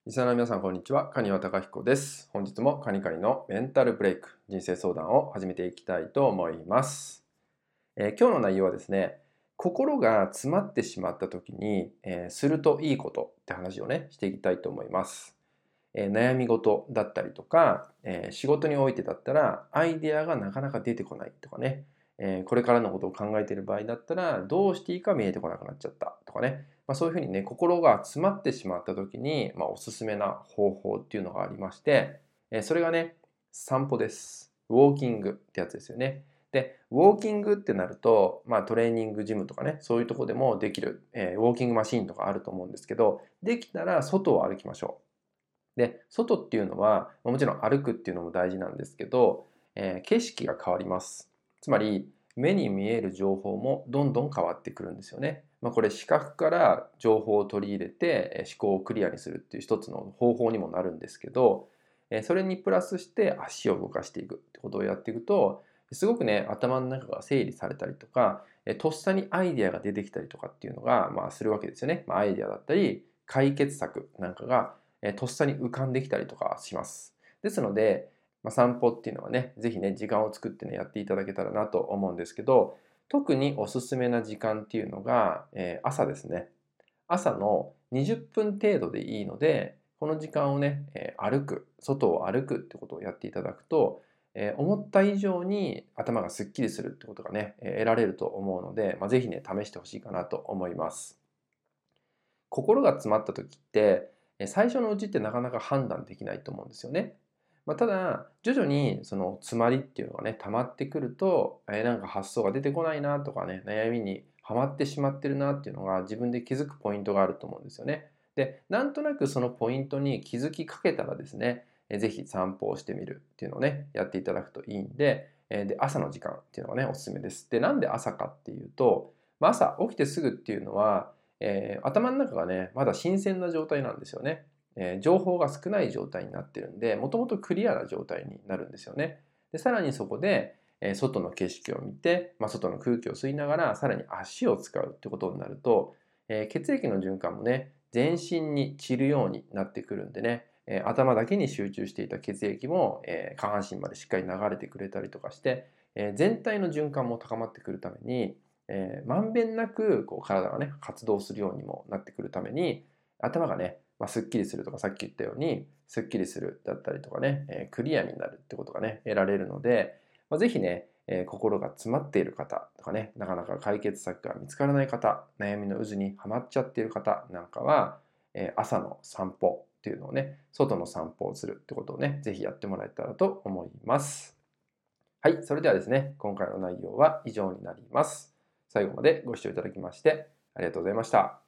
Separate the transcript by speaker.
Speaker 1: リスナーの皆さん、こんにちは。蟹和貴彦です。本日もカニカニのメンタルブレイク、人生相談を始めていきたいと思います。今日の内容はですね、心が詰まってしまった時に、するといいことって話をね、していきたいと思います。悩み事だったりとか、仕事においてだったら、アイデアがなかなか出てこないとかね、これからのことを考えている場合だったら、どうしていいか見えてこなくなっちゃったとかね、そういうふうにね、心が詰まってしまった時に、おすすめな方法っていうのがありまして、それがね、散歩です。ウォーキングってやつですよね。で、ウォーキングってなると、トレーニングジムとかね、そういうとこでもできる、ウォーキングマシーンとかあると思うんですけど、できたら外を歩きましょう。で、外っていうのは、もちろん歩くっていうのも大事なんですけど、景色が変わります。つまり、目に見える情報もどんどん変わってくるんですよね。これ視覚から情報を取り入れて思考をクリアにするっていう一つの方法にもなるんですけど、それにプラスして足を動かしていくってことをやっていくと、すごくね、頭の中が整理されたりとか、とっさにアイデアが出てきたりとかっていうのが、するわけですよね。アイデアだったり、解決策なんかがとっさに浮かんできたりとかします。ですので、散歩っていうのはね、ぜひね、時間を作ってね、やっていただけたらなと思うんですけど、特におすすめな時間っていうのが、朝ですね。朝の20分程度でいいので、この時間をね、歩く、外を歩くってことをやっていただくと、思った以上に頭がすっきりするってことがね、得られると思うので、ぜひね、試してほしいかなと思います。心が詰まった時って、最初のうちってなかなか判断できないと思うんですよね。ただ、徐々にその詰まりっていうのがね、溜まってくると、なんか発想が出てこないなとかね、悩みにはまってしまってるなっていうのが自分で気づくポイントがあると思うんですよね。で、なんとなくそのポイントに気づきかけたらですね、ぜひ散歩をしてみるっていうのをね、やっていただくといいんで、で、朝の時間っていうのがね、おすすめです。で、なんで朝かっていうと、朝起きてすぐっていうのは、頭の中がね、まだ新鮮な状態なんですよね。情報が少ない状態になってるんで、もともとクリアな状態になるんですよね。で、さらにそこで、外の景色を見て、外の空気を吸いながら、さらに足を使うってことになると、血液の循環もね、全身に散るようになってくるんでね、頭だけに集中していた血液も、下半身までしっかり流れてくれたりとかして、全体の循環も高まってくるために、まんべんなくこう体がね、活動するようにもなってくるために、頭がね、すっきりするとか、さっき言ったように、すっきりするだったりとかね、クリアになるってことがね、得られるので、ぜひね、心が詰まっている方とかね、なかなか解決策が見つからない方、悩みの渦にはまっちゃっている方なんかは、朝の散歩っていうのをね、外の散歩をするってことをね、ぜひやってもらえたらと思います。はい、それではですね、今回の内容は以上になります。最後までご視聴いただきましてありがとうございました。